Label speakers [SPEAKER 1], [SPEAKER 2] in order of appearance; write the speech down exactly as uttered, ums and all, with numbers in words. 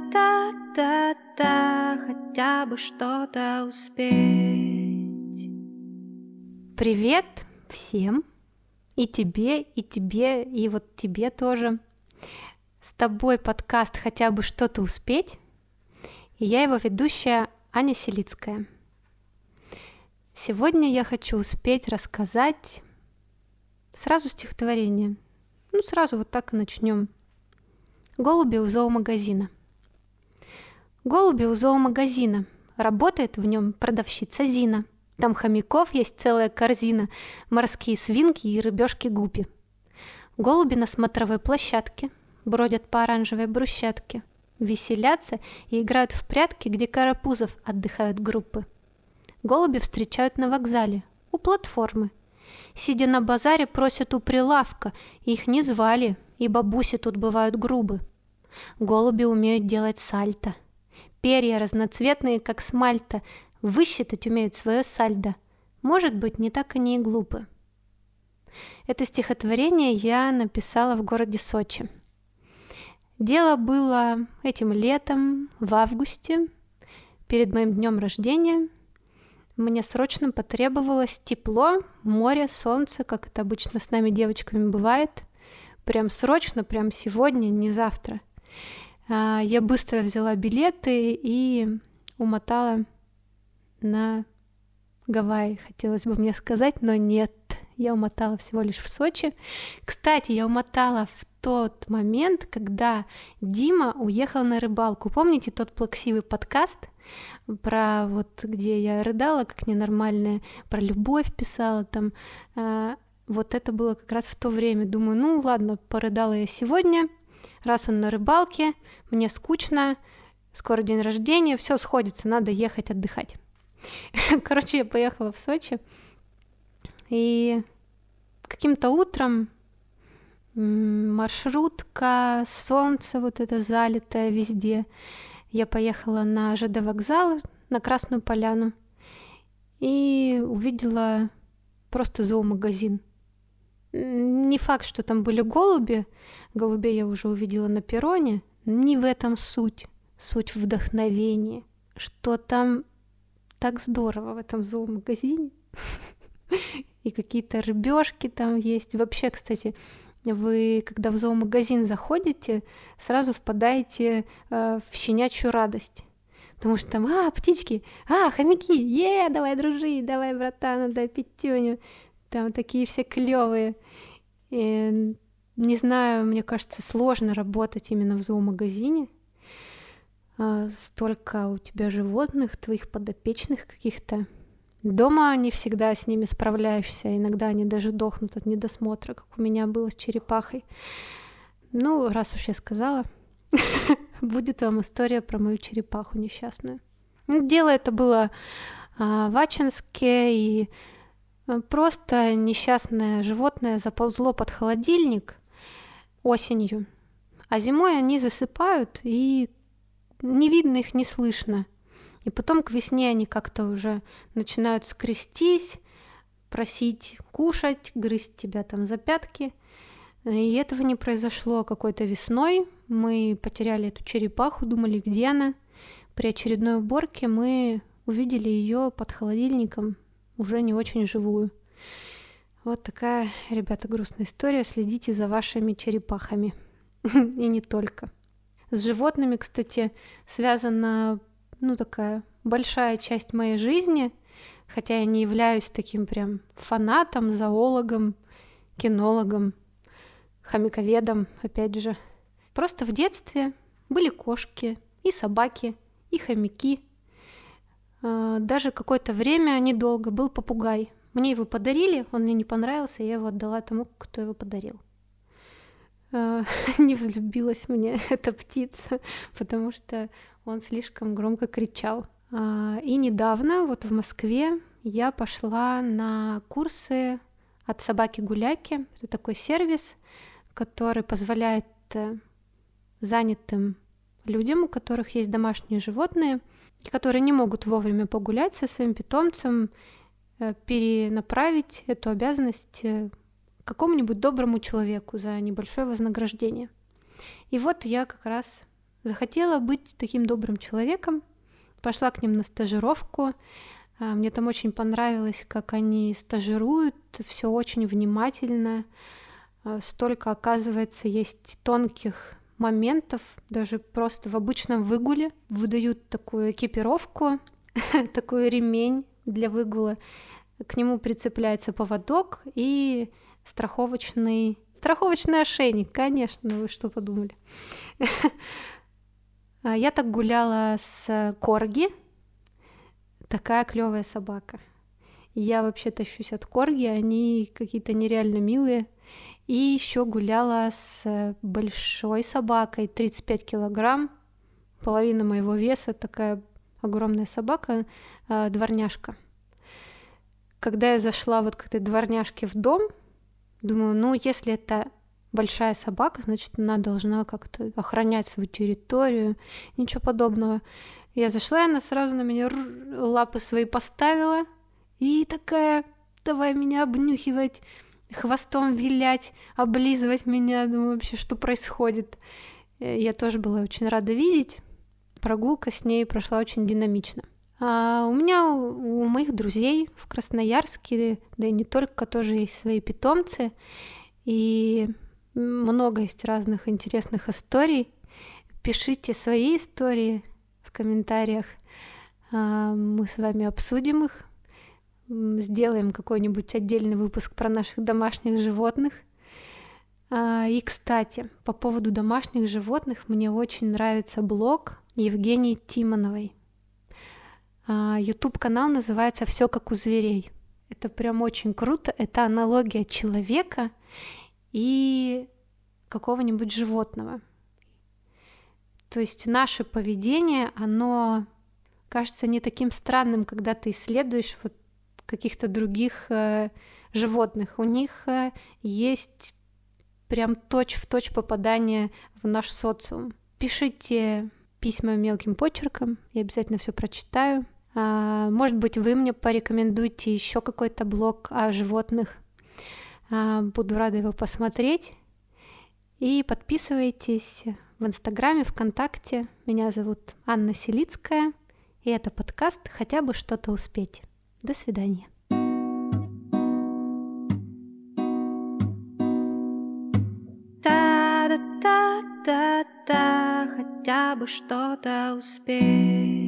[SPEAKER 1] Та-та-та-та, хотя бы что-то успеть.
[SPEAKER 2] Привет всем, и тебе, и тебе, и вот тебе тоже. С тобой подкаст «Хотя бы что-то успеть», и я его ведущая Аня Селицкая. Сегодня я хочу успеть рассказать сразу стихотворение. Ну, сразу вот так и начнем. Голуби у зоомагазина. Голуби у зоомагазина. Работает в нем продавщица Зина. Там хомяков есть целая корзина, морские свинки и рыбешки-гуппи. Голуби на смотровой площадке бродят по оранжевой брусчатке, веселятся и играют в прятки, где карапузов отдыхают группы. Голуби встречают на вокзале, у платформы. Сидя на базаре, просят у прилавка, их не звали, и бабуси тут бывают грубы. Голуби умеют делать сальто. Перья разноцветные, как смальта, высчитать умеют свое сальдо. Может быть, не так они и глупы. Это стихотворение я написала в городе Сочи. Дело было этим летом, в августе, перед моим днем рождения. Мне срочно потребовалось тепло, море, солнце, как это обычно с нами девочками бывает. Прям срочно, прям сегодня, не завтра. Я быстро взяла билеты и умотала на Гавайи, хотелось бы мне сказать, но нет. Я умотала всего лишь в Сочи. Кстати, я умотала в тот момент, когда Дима уехал на рыбалку. Помните тот плаксивый подкаст про вот где я рыдала как ненормальная, про любовь писала там. Вот это было как раз в то время. Думаю, ну ладно, порыдала я сегодня. Раз он на рыбалке, мне скучно, скоро день рождения, все сходится, надо ехать отдыхать. Короче, я поехала в Сочи, и каким-то утром маршрутка, солнце вот это залитое везде. Я поехала на ЖД вокзал, на Красную Поляну, и увидела просто зоомагазин. Не факт, что там были голуби, голубей я уже увидела на перроне, не в этом суть, суть в вдохновении, что там так здорово в этом зоомагазине, и какие-то рыбешки там есть. Вообще, кстати, вы, когда в зоомагазин заходите, сразу впадаете э, в щенячью радость. Потому что там, а, птички, а, хомяки, е, давай дружи, давай, братан, надо пятюню. Там такие все клевые. И, не знаю, мне кажется, сложно работать именно в зоомагазине. А, столько у тебя животных, твоих подопечных каких-то. Дома не всегда с ними справляешься. Иногда они даже дохнут от недосмотра, как у меня было с черепахой. Ну, раз уж я сказала, будет вам история про мою черепаху несчастную. Дело это было в Ачинске, и просто несчастное животное заползло под холодильник осенью, а зимой они засыпают, и не видно их, не слышно. И потом к весне они как-то уже начинают скрестись, просить кушать, грызть тебя там за пятки. И этого не произошло какой-то весной. Мы потеряли эту черепаху, думали, где она. При очередной уборке мы увидели ее под холодильником, уже не очень живую. Вот такая, ребята, грустная история. Следите за вашими черепахами. И не только. С животными, кстати, связана, ну, такая большая часть моей жизни, хотя я не являюсь таким прям фанатом, зоологом, кинологом, хомяковедом, опять же. Просто в детстве были кошки и собаки, и хомяки. Даже какое-то время, недолго, был попугай. Мне его подарили, он мне не понравился, я его отдала тому, кто его подарил. Не взлюбилась мне эта птица, потому что он слишком громко кричал. И недавно, вот в Москве, я пошла на курсы от собаки-гуляки. Это такой сервис, который позволяет занятым людям, у которых есть домашние животные, которые не могут вовремя погулять со своим питомцем, перенаправить эту обязанность какому-нибудь доброму человеку за небольшое вознаграждение. И вот я как раз захотела быть таким добрым человеком, пошла к ним на стажировку. Мне там очень понравилось, как они стажируют, все очень внимательно. Столько, оказывается, есть тонких моментов, даже просто в обычном выгуле выдают такую экипировку, такой ремень для выгула. К нему прицепляется поводок и страховочный... Страховочный ошейник, конечно, вы что подумали? Я так гуляла с корги. Такая клевая собака. Я вообще тащусь от корги, они какие-то нереально милые. И еще гуляла с большой собакой, тридцать пять килограмм, половина моего веса, такая огромная собака, дворняжка. Когда я зашла вот к этой дворняжке в дом, думаю, ну, если это большая собака, значит, она должна как-то охранять свою территорию, ничего подобного. Я зашла, и она сразу на меня лапы свои поставила и такая, давай меня обнюхивать, хвостом вилять, облизывать меня. Думаю, вообще, что происходит? Я тоже была очень рада видеть. Прогулка с ней прошла очень динамично. А у меня, у моих друзей в Красноярске, да и не только, тоже есть свои питомцы. И много есть разных интересных историй. Пишите свои истории в комментариях. Мы с вами обсудим их. Сделаем какой-нибудь отдельный выпуск про наших домашних животных. И, кстати, по поводу домашних животных мне очень нравится блог Евгении Тимоновой. YouTube-канал называется «Все как у зверей». Это прям очень круто. Это аналогия человека и какого-нибудь животного. То есть наше поведение, оно кажется не таким странным, когда ты исследуешь вот каких-то других э, животных. У них э, есть прям точь-в-точь попадание в наш социум. Пишите письма мелким почерком, я обязательно все прочитаю. А, может быть, вы мне порекомендуете еще какой-то блог о животных. А, буду рада его посмотреть. И подписывайтесь в Инстаграме, ВКонтакте. Меня зовут Анна Селицкая, и это подкаст «Хотя бы что-то успеть». До свидания.
[SPEAKER 1] Да-да-да-да-да, хотя бы что-то успеть.